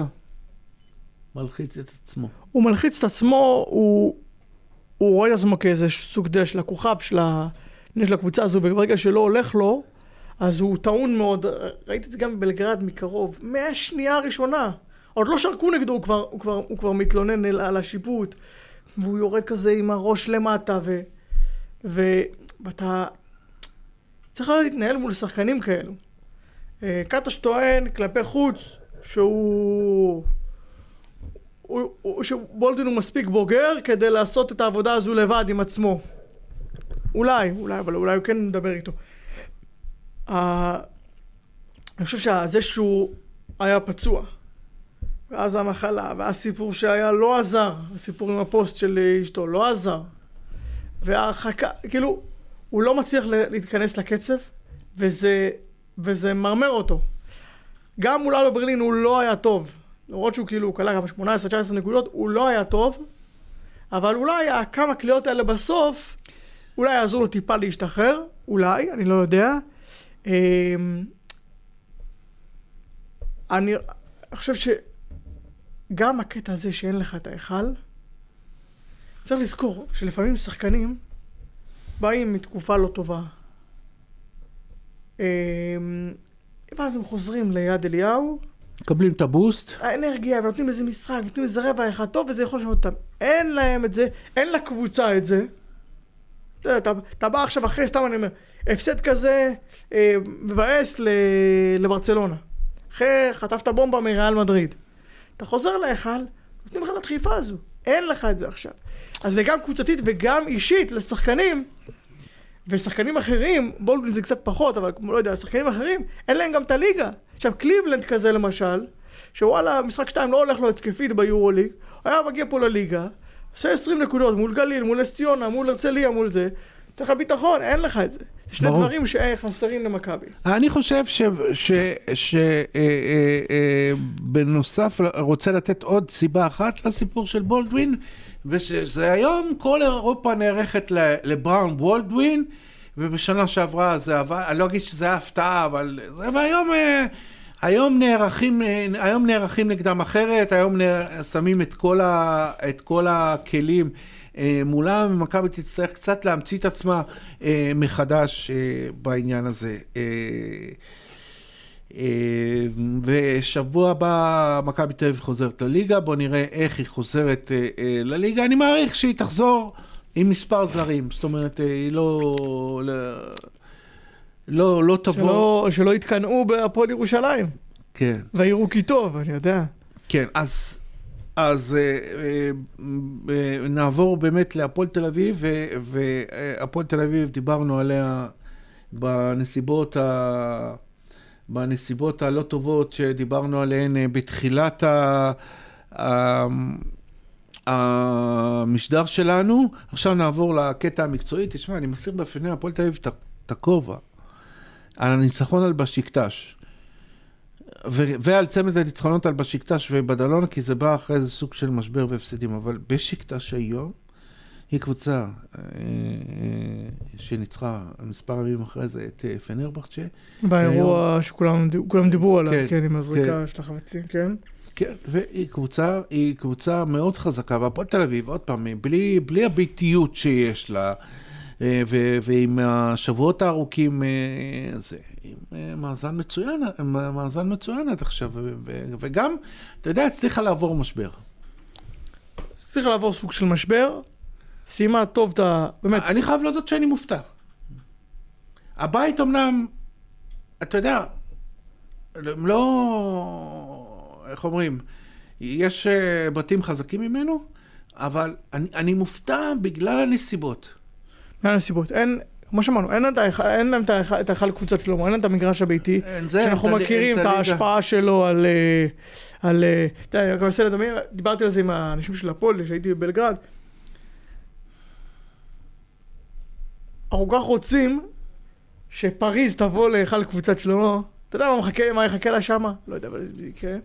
S1: מלחיץ את עצמו.
S2: הוא מלחיץ את עצמו, הוא, הוא רואה את עצמו כאיזה סוג דל של הכוכב של, ה... של הקבוצה הזו, וברגע שלא הולך לו, אז הוא טעון מאוד, ראיתי את זה גם בבלגרד מקרוב, מהשנייה הראשונה. עוד לא שרקו נגדו, הוא כבר, הוא כבר, הוא כבר מתלונן על השיפוט, והוא יורד כזה עם הראש למטה, ו... ו... ואתה צריך להתנהל מול שחקנים כאלו. קטש טוען כלפי חוץ, שהוא... הוא... הוא... שבולדווין הוא מספיק בוגר כדי לעשות את העבודה הזו לבד עם עצמו. אולי, אולי, אבל אולי הוא כן מדבר איתו. Uh... אני חושב שזה שהוא היה פצוע. ואז המחלה, והסיפור שהיה לא עזר, הסיפור עם הפוסט של אשתו לא עזר, וההרחקה, כאילו, הוא לא מצליח להתכנס לקצב, וזה, וזה מרמר אותו. גם מולה בברלין הוא לא היה טוב, למרות שהוא כאילו, הוא קלה גם שמונה עשרה תשע עשרה נקודות, הוא לא היה טוב, אבל אולי הכמה קליעות האלה בסוף, אולי יעזור לו טיפה להשתחרר, אולי, אני לא יודע. אני חושב ש... גם הקטע הזה שאין לך את ההיכל, צריך לזכור שלפעמים שחקנים באים מתקופה לא טובה. ואז הם חוזרים ליד אליהו,
S1: מקבלים את הבוסט.
S2: האנרגיה, ונותנים איזה משחק, ונותנים איזה רבע אחד טוב, וזה יכול לשנות אותם. אין להם את זה, אין לקבוצה את זה. אתה יודע, אתה בא עכשיו אחרי, סתם אני אומר, הפסד כזה מבאס לברצלונה. אחרי חטפת בומבה מריאל מדריד. אתה חוזר להיכל, נותנים לך את הדחיפה הזו. אין לך את זה עכשיו. אז זה גם קבוצתית וגם אישית לשחקנים, ושחקנים אחרים, בולדווין זה קצת פחות, אבל כמו לא יודע, שחקנים אחרים, אין להם גם את הליגה. עכשיו, קליבלנד כזה למשל, שוואלה, משחק שתיים לא הולך לו התקפית ביורוליג, הוא היה מגיע פה לליגה, עושה עשרים נקודות מול גליל, מול נס-ציונה, מול הרצליה, מול זה, אתה לך ביטחון, אין לך את זה. זה שני דברים שחסרים למכבי.
S1: אני חושב שבנוסף רוצה לתת עוד סיבה אחת לסיפור של בולדווין, ושזה היום כל אירופה נערכת לבראון בולדווין, ובשנה שעברה זה עבר, אני לא אגיד שזה היה הפתעה, אבל זה, והיום היום נערכים, היום נערכים נגדם אחרת, היום שמים את כל, ה, את כל הכלים מולם, ומכבי תצטרך קצת להמציא את עצמה מחדש בעניין הזה. ושבוע הבא מכבי תל אביב חוזרת לליגה, בוא נראה איך היא חוזרת לליגה. אני מעריך שהיא תחזור עם מספר זרים, זאת אומרת, היא לא לא, לא, לא תבוא...
S2: שלא, שלא יתקנאו בהפועל ירושלים.
S1: כן.
S2: והירו כי טוב, אני יודע.
S1: כן, אז, אז אה, אה, אה, נעבור באמת להפועל תל אביב, והפועל תל אביב דיברנו עליה בנסיבות, ה, בנסיבות הלא טובות שדיברנו עליהן בתחילת ה, ה, המשדר שלנו. עכשיו נעבור לקטע המקצועי. תשמע, אני מסיר בפני הפועל תל אביב את הכובע על הניצחון על בשיקטש. ועל צמד הניצחונות על בשיקטש ובדלונה, כי זה בא אחרי איזה סוג של משבר והפסדים, אבל בשיקטש היום היא קבוצה שניצחה מספר ימים אחרי זה את פנרבחצ'ה.
S2: באירוע שכולם דיברו עליו, כן, עם הזריקה של החבצים, כן.
S1: כן, והיא קבוצה, היא קבוצה מאוד חזקה, והפועל תל אביב, עוד פעם, בלי, בלי הביתיות שיש לה, ו- ועם השבועות הארוכים, זה, עם מאזן מצוין, מאזן מצוין עד עכשיו, ו- ו- וגם, אתה יודע, הצליחה לעבור משבר.
S2: הצליחה לעבור סוג של משבר, סיימה טוב את ה... באמת.
S1: אני חייב להודות שאני מופתע. הבית אמנם, אתה יודע, לא, איך אומרים, יש בתים חזקים ממנו, אבל אני, אני מופתע בגלל הנסיבות.
S2: אין הנסיבות, אין, כמו שאמרנו, אין להם את ההיכל קבוצת שלמה, אין להם את המגרש הביתי, שאנחנו מכירים את ההשפעה שלו על, על, דיברתי על זה עם האנשים של הפועל, שהייתי בבלגרד, אנחנו כך רוצים שפריז תבוא להיכל קבוצת שלמה, אתה יודע מה מחכה, מה יחכה לה שמה? לא יודע, אבל זה יקרה.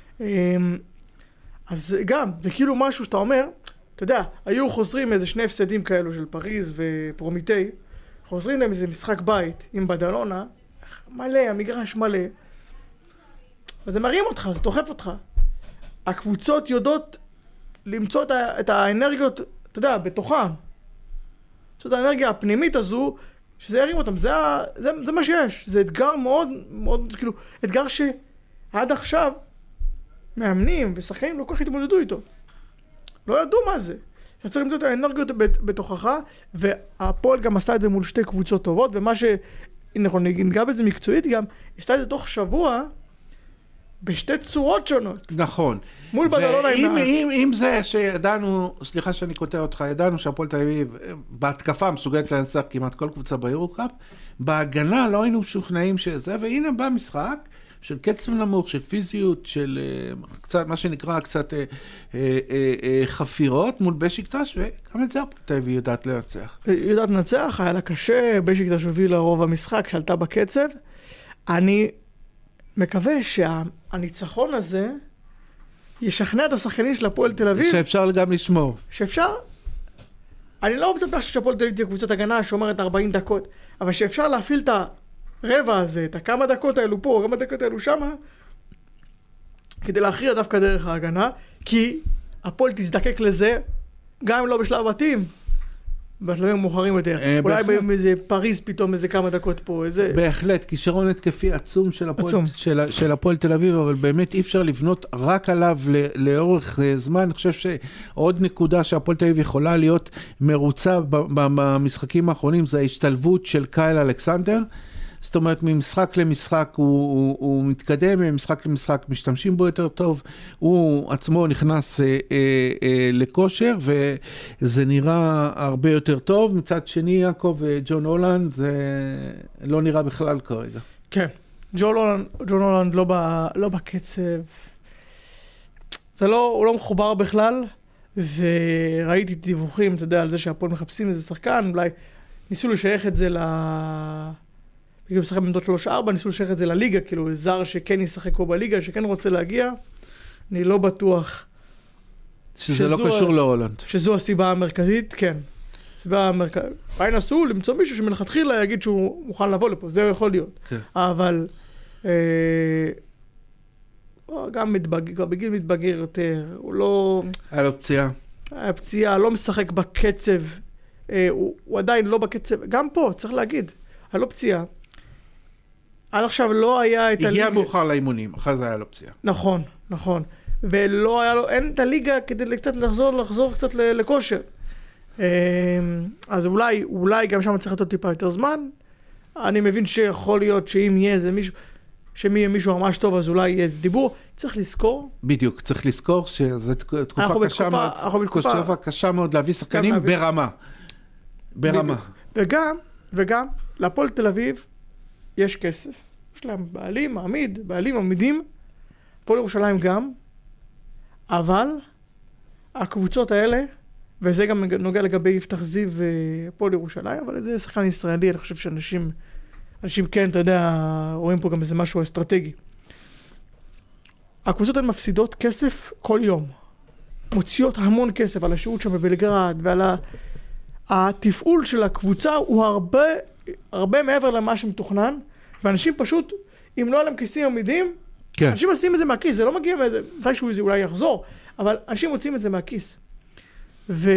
S2: אז גם, זה כאילו משהו שאתה אומר, אתה יודע, היו חוזרים איזה שני הפסדים כאלו של פריז ופרומיטי, חוזרים להם איזה משחק בית עם בדלונה, מלא, המגרש מלא, וזה מרים אותך, זה דוחף אותך. הקבוצות יודעות למצוא את, ה- את האנרגיות, אתה יודע, בתוכם. זאת האנרגיה הפנימית הזו, שזה ירים אותם, זה, זה, זה מה שיש. זה אתגר מאוד, מאוד, כאילו, אתגר שעד עכשיו מאמנים ושחקנים לא כל כך התמודדו איתו. לא ידעו מה זה. אתה צריך למצוא את האנרגיות בתוכך, והפועל גם עשה את זה מול שתי קבוצות טובות, ומה ש... נכון, נגע בזה מקצועית גם, עשתה את זה תוך שבוע, בשתי צורות שונות.
S1: נכון.
S2: מול בדלונה עם נעץ.
S1: אם, אם זה שידענו, סליחה שאני קוטע אותך, ידענו שהפועל תל אביב בהתקפה מסוגלת לנצח כמעט כל קבוצה ביורו-קאפ, בהגנה לא היינו משוכנעים שזה, והנה בא משחק של קצב נמוך, של פיזיות, של קצת, מה שנקרא קצת אה, אה, אה, חפירות מול בשיקטש, וגם את זה הפועל תל אביב יודעת לנצח.
S2: יודעת לנצח, היה לה קשה, בשיקטש הוביל לרוב המשחק, שעלתה בקצב. אני מקווה שהניצחון הזה ישכנע את השחקנים של הפועל תל אביב.
S1: שאפשר גם לשמור.
S2: שאפשר, אני לא מצפה שהפועל תל אביב תהיה קבוצת הגנה שאומרת ארבעים דקות, אבל שאפשר להפעיל את הרבע הזה, את הכמה דקות האלו פה, כמה דקות האלו שמה, כדי להכריע דווקא דרך ההגנה, כי הפועל תזדקק לזה, גם אם לא בשלב בתים, בשלבים מאוחרים יותר. אולי באיזה פריז פתאום איזה כמה דקות פה, איזה...
S1: בהחלט, כישרון התקפי עצום של הפועל תל אביב, אבל באמת אי אפשר לבנות רק עליו לאורך זמן. אני חושב שעוד נקודה שהפועל תל אביב יכולה להיות מרוצה במשחקים האחרונים, זה ההשתלבות של קייל אלכסנדר. זאת אומרת, ממשחק למשחק הוא, הוא, הוא מתקדם, ממשחק למשחק משתמשים בו יותר טוב, הוא עצמו נכנס אה, אה, אה, לכושר, וזה נראה הרבה יותר טוב. מצד שני, יעקב וג'ון הולנד, זה לא נראה בכלל כרגע.
S2: כן, ג'ון הולנד, ג'ון הולנד לא, ב, לא בקצב, זה לא, הוא לא מחובר בכלל, וראיתי דיווחים, אתה יודע, על זה שהפועל מחפשים איזה שחקן, אולי ניסו לשייך את זה ל... בגלל משחק במדות שלוש ארבע, ניסו לשייך את זה לליגה, כאילו זר שכן ישחק פה בליגה, שכן רוצה להגיע. אני לא בטוח
S1: שזה לא קשור להולנד.
S2: שזו הסיבה המרכזית, כן. הסיבה המרכזית. אולי נסו למצוא מישהו שמלכתחילה יגיד שהוא מוכן לבוא לפה, זה יכול להיות.
S1: כן.
S2: אבל גם מתבגר, בגיל מתבגר יותר, הוא לא...
S1: היה לו פציעה.
S2: היה פציעה, לא משחק בקצב, הוא עדיין לא בקצב, גם פה, צריך להגיד, היה לו פציעה. עד עכשיו לא היה את הליגה...
S1: הגיע מאוחר לאימונים, אחרי זה היה לו פציעה.
S2: נכון, נכון. ולא היה לו, אין את הליגה כדי קצת לחזור, לחזור קצת לכושר. אז אולי, אולי גם שם צריך לתת טיפה יותר זמן. אני מבין שיכול להיות שאם יהיה איזה מישהו שמי מישהו ממש טוב, אז אולי יהיה דיבור. צריך לזכור.
S1: בדיוק, צריך לזכור שזו תקופה קשה מאוד, אנחנו בתקופה קשה מאוד להביא שחקנים ברמה. ברמה.
S2: וגם, וגם, להפועל תל אביב יש כסף. יש להם בעלים, מעמיד, בעלים עמידים. הפועל ירושלים גם. אבל הקבוצות האלה, וזה גם נוגע לגבי יפתח זיו והפועל ירושלים, אבל זה שחקן ישראלי, אני חושב שאנשים, אנשים כן, אתה יודע, רואים פה גם איזה משהו אסטרטגי. הקבוצות הן מפסידות כסף כל יום. מוציאות המון כסף על השירות שם בבלגרד, ועל ה... התפעול של הקבוצה הוא הרבה, הרבה מעבר למה שמתוכנן, ואנשים פשוט, אם לא עליהם כיסים עמידים, כן. אנשים עושים את זה מהכיס, זה לא מגיע מאיזה, מתישהו זה אולי יחזור, אבל אנשים מוצאים את זה מהכיס. ו...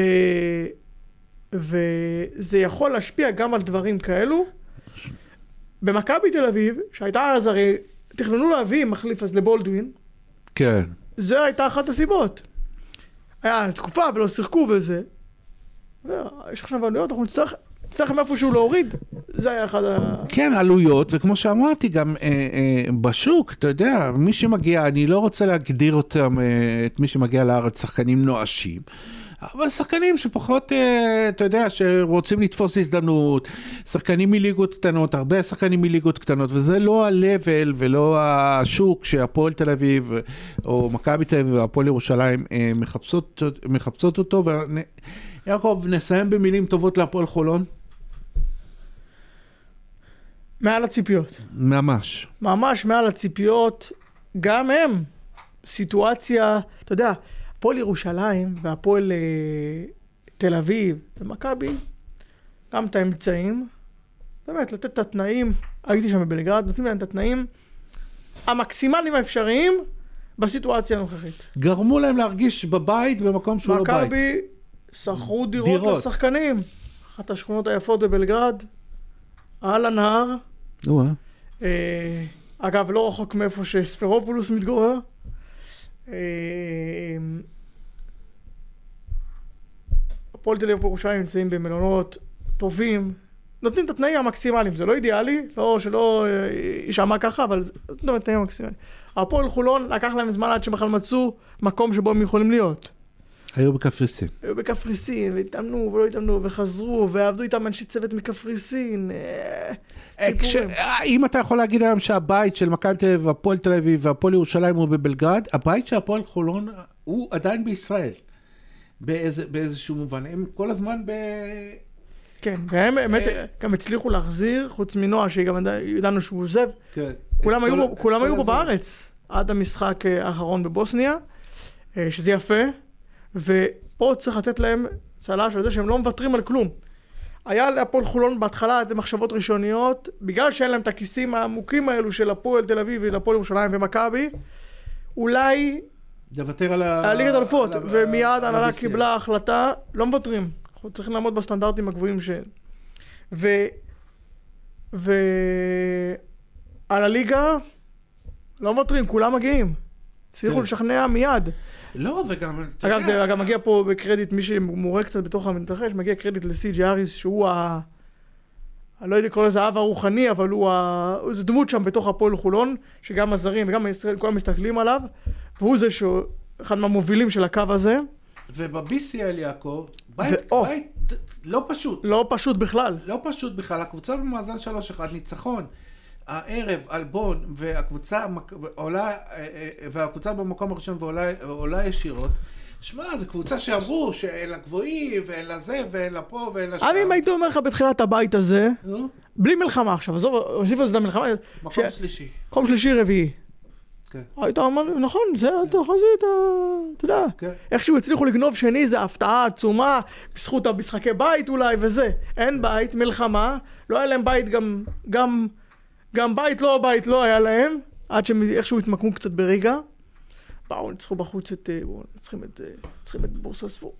S2: וזה יכול להשפיע גם על דברים כאלו. במכבי תל אביב, שהייתה אז הרי, תכננו להביא מחליף אז לבולדווין.
S1: כן.
S2: זה הייתה אחת הסיבות. היה אז תקופה ולא שיחקו וזה. ויש עכשיו עלויות, אנחנו נצטרך, נצטרך מאיפשהו להוריד. זה היה אחד ה...
S1: כן, עלויות, וכמו שאמרתי, גם אה, אה, בשוק, אתה יודע, מי שמגיע, אני לא רוצה להגדיר אותם, אה, את מי שמגיע לארץ, שחקנים נואשים. אבל שחקנים שפחות, אתה יודע, שרוצים לתפוס הזדמנות, שחקנים מליגות קטנות, הרבה שחקנים מליגות קטנות, וזה לא ה-level ולא השוק שהפועל תל אביב, או מכבי תל אביב והפועל ירושלים מחפשות, מחפשות אותו. ויעקב, נסיים במילים טובות להפועל חולון?
S2: מעל הציפיות.
S1: ממש.
S2: ממש מעל הציפיות, גם הם. סיטואציה, אתה יודע, הפועל ירושלים והפועל תל אביב ומכבי, גם את האמצעים, באמת לתת את התנאים, הייתי שם בבלגרד, נותנים להם את התנאים המקסימליים האפשריים בסיטואציה הנוכחית.
S1: גרמו להם להרגיש בבית במקום שהוא לא בית.
S2: מכבי שכרו דירות, דירות לשחקנים, אחת השכונות היפות בבלגרד, על הנהר. אה, אגב, לא רחוק מאיפה שספרופולוס מתגורר. הפועל תל אביב וירושלים נמצאים במלונות טובים, נותנים את התנאים המקסימליים, זה לא אידיאלי, לא שלא יישמע ככה, אבל זה נותנים את התנאים המקסימליים. הפועל חולון לקח להם זמן עד שבכלל מצאו מקום שבו הם יכולים להיות.
S1: היו בקפריסין.
S2: היו בקפריסין, והתאמנו ולא התאמנו, וחזרו, ועבדו איתם אנשי צוות מקפריסין.
S1: אם אתה יכול להגיד היום שהבית של מכבי תל אביב, הפועל תל אביב והפועל ירושלים הוא בבלגרד, הבית של הפועל חולון הוא עדיין בישראל. באיזשהו מובן. הם כל הזמן ב...
S2: כן, והם באמת גם הצליחו להחזיר, חוץ מנוע, שגם ידענו שהוא עוזב. כולם היו פה בארץ, עד המשחק האחרון בבוסניה, שזה יפה. ופה צריך לתת להם צל"ש על זה שהם לא מוותרים על כלום. היה להפועל חולון בהתחלה את מחשבות ראשוניות, בגלל שאין להם את הכיסים העמוקים האלו של הפועל תל אביב ולפועל ירושלים ומכבי, אולי
S1: לוותר על ה...
S2: הליגת האלופות, ומיד ההנהלה קיבלה החלטה, לא מוותרים. אנחנו צריכים לעמוד בסטנדרטים הגבוהים ש... ו... ו... על הליגה לא מוותרים, כולם מגיעים. צריכו לשכנע מיד.
S1: לא, וגם...
S2: אגב, זה גם מגיע פה בקרדיט, מי שמורה קצת בתוך המתרחש, מגיע קרדיט לסי ג'י אריס, שהוא ה... אני לא יודע לקרוא לזה האב הרוחני, אבל הוא ה... זה דמות שם בתוך הפועל חולון, שגם הזרים וגם הישראל, כולם מסתכלים עליו, והוא זה שהוא אחד מהמובילים של הקו הזה.
S1: וב-בי סי אל יעקב, בית, ו... בית לא פשוט.
S2: לא פשוט בכלל.
S1: לא פשוט בכלל. הקבוצה במאזן שלוש אחד, ניצחון. הערב, אלבון, והקבוצה עולה, והקבוצה במקום הראשון ועולה, ועולה ישירות. שמע, זו קבוצה שאמרו שאין לה גבוהים, ואין לה זה, ואין לה פה, ואין לה שם.
S2: אבל אם הייתי אומר לך בתחילת הבית הזה, בלי מלחמה עכשיו, עזוב, נוסיף על זה מלחמה.
S1: מקום שלישי.
S2: מקום שלישי רביעי. היית אומר, נכון, זה התחזית, אתה יודע. איכשהו הצליחו לגנוב שני, זה הפתעה עצומה, בזכות המשחקי בית אולי, וזה. אין בית, מלחמה, לא היה להם בית גם, גם, גם בית לא בית לא היה להם, עד שאיכשהו התמקמו קצת ברגע. באו, נצחו בחוץ את, בואו, צריכים את, צריכים את בורסה ספור.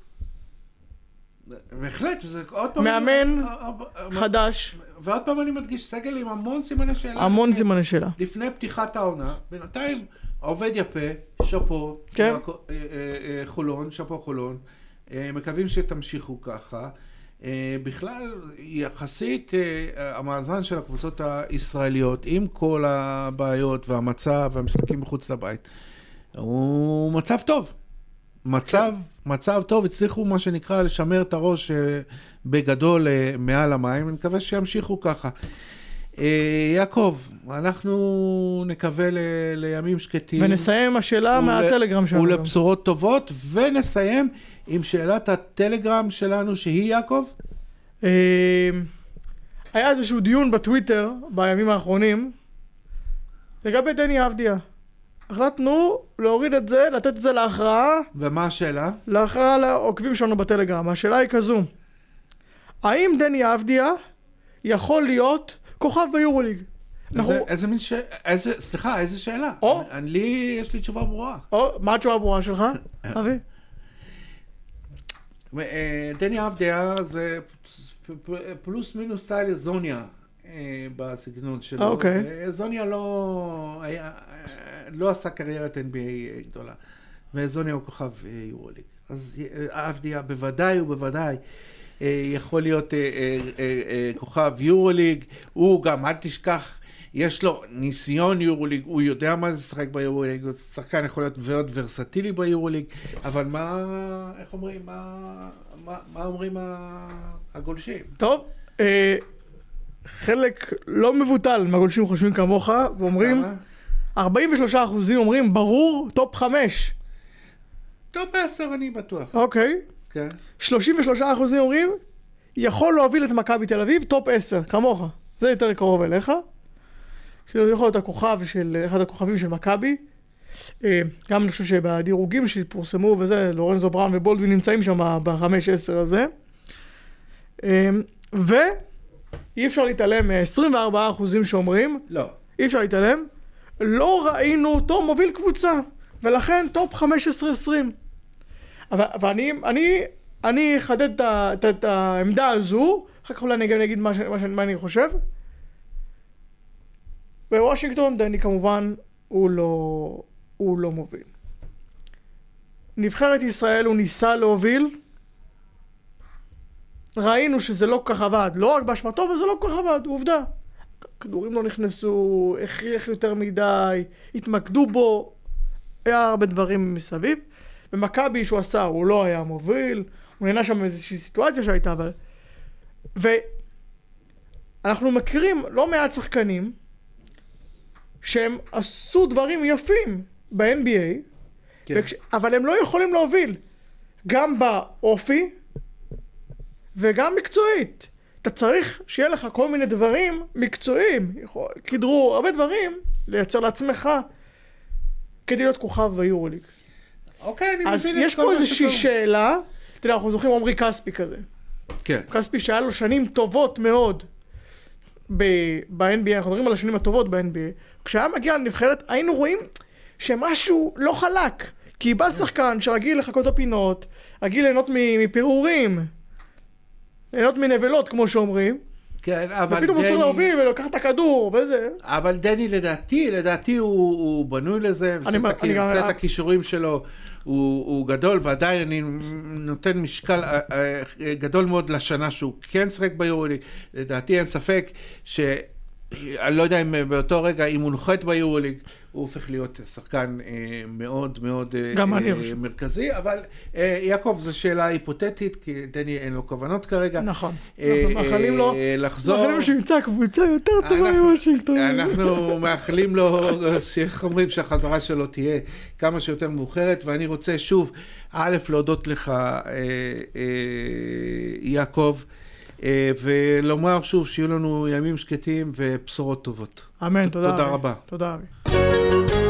S1: בהחלט, וזה עוד פעם...
S2: מאמן חדש.
S1: ועוד פעם אני מדגיש, סגל עם המון סימני שאלה.
S2: המון סימני שאלה.
S1: לפני פתיחת העונה, בינתיים עובד יפה, שפו, חולון, שפו חולון, מקווים שתמשיכו ככה. בכלל, יחסית המאזן של הקבוצות הישראליות, עם כל הבעיות והמצב והמשחקים מחוץ לבית, הוא מצב טוב. מצב, מצב טוב, הצליחו מה שנקרא לשמר את הראש בגדול מעל המים, אני מקווה שימשיכו ככה. יעקב, אנחנו נקווה ל, לימים שקטים.
S2: ונסיים השאלה ול, מהטלגרם שלנו.
S1: ולבשורות טובות, ונסיים עם שאלת הטלגרם שלנו, שהיא יעקב?
S2: היה איזשהו דיון בטוויטר בימים האחרונים, לגבי דני אבדיה. החלטנו להוריד את זה, לתת את זה להכרעה. ומה
S1: השאלה?
S2: להכרעה לעוקבים שלנו בטלגרם. השאלה היא כזו, האם דני אבדיה יכול להיות כוכב ביורוליג?
S1: איזה, אנחנו... איזה מין ש... איזה... סליחה, איזה שאלה?
S2: או?
S1: אני, לי, יש לי תשובה ברורה.
S2: או, מה התשובה הברורה שלך? אבי?
S1: דני אבדיה זה פלוס מינוס סטייל זוניה בסגנון שלו.
S2: אוקיי.
S1: זוניה לא, היה, לא עשה קריירת אן בי איי גדולה, וזוניה הוא כוכב יורוליג. אז אבדיה בוודאי ובוודאי יכול להיות כוכב יורוליג. הוא גם, אל תשכח, יש לו ניסיון יורוליג, הוא יודע מה זה שחק ביורוליג, הוא שחקן יכול להיות מאוד ורסטילי ביורוליג, אבל מה, איך אומרים, מה, מה, מה אומרים הגולשים?
S2: טוב, אה, חלק לא מבוטל מהגולשים חושבים כמוך, ואומרים, ארבעים ושלושה אחוזים אומרים, ברור, טופ חמש.
S1: טופ עשר אני בטוח.
S2: אוקיי.
S1: כן.
S2: שלושים ושלושה אחוזים אומרים, יכול להוביל את מכבי תל אביב, טופ עשר, כמוך. זה יותר קרוב אליך. שיכול להיות הכוכב של, אחד הכוכבים של מכבי. גם אני חושב שבדירוגים שפורסמו וזה, לורנזו בראון ובולדווין נמצאים שם בחמש עשר הזה. ואי אפשר להתעלם מ-עשרים וארבעה אחוזים שאומרים,
S1: לא.
S2: אי אפשר להתעלם, לא ראינו אותו מוביל קבוצה, ולכן טופ חמש עשרה עשרים. אבל, ואני, אני, אני אחדד את, את, את העמדה הזו, אחר כך אולי אני גם אגיד מה, מה, מה אני חושב. בוושינגטון, דני כמובן, הוא לא, הוא לא מוביל. נבחרת ישראל הוא ניסה להוביל, ראינו שזה לא כל כך עבד, לא רק באשמתו, וזה לא כל כך עבד, עובדה. כדורים לא נכנסו, הכריח יותר מדי, התמקדו בו, היה הרבה דברים מסביב. במכבי שהוא עשה, הוא לא היה מוביל, הוא נהנה שם איזושהי סיטואציה שהייתה, אבל... ואנחנו מכירים לא מעט שחקנים, שהם עשו דברים יפים ב-אן בי איי, כן. וכש... אבל הם לא יכולים להוביל, גם באופי, וגם מקצועית. אתה צריך שיהיה לך כל מיני דברים מקצועיים, יכול... כדרו הרבה דברים, לייצר לעצמך, כדי להיות כוכב ביורוליג.
S1: אוקיי, אני
S2: אז
S1: מבין.
S2: יש פה איזושהי שאלה, אתה יודע, אנחנו זוכרים עומרי כספי כזה.
S1: כן.
S2: כספי שהיה לו שנים טובות מאוד ב-אן בי איי, אנחנו מדברים על השנים הטובות ב-אן בי איי. כשהיה מגיע לנבחרת, היינו רואים שמשהו לא חלק. כי בא שחקן שרגיל לחכות הפינות, רגיל ליהנות מפירורים, ליהנות מנבלות, כמו שאומרים.
S1: כן, אבל
S2: ופתאום הוא צריך להוביל ולוקח את הכדור וזה.
S1: אבל דני, לדעתי, לדעתי הוא, הוא בנוי לזה, וסט הכישורים שלו הוא, הוא גדול, ועדיין אני נותן משקל גדול מאוד לשנה שהוא כן שחק ביורוליג. לדעתי אין ספק ש... אני לא יודע אם באותו רגע, אם הוא נוחת ביורוליג, הוא הופך להיות שחקן אה, מאוד מאוד אה, מרכזי, אבל אה, יעקב, זו שאלה היפותטית, כי דני אין לו כוונות כרגע.
S2: נכון,
S1: אה,
S2: אנחנו מאחלים לו,
S1: לחזור.
S2: מאחלים לו שימצא קבוצה יותר טובה מוושינגטון.
S1: אנחנו מאחלים לו, שאיך אומרים, שהחזרה שלו תהיה כמה שיותר מאוחרת, ואני רוצה שוב, א', להודות לך, אה, אה, יעקב, ולומר שוב שיהיו לנו ימים שקטים ובשורות טובות.
S2: אמן, תודה.
S1: תודה רבה.
S2: תודה רבה.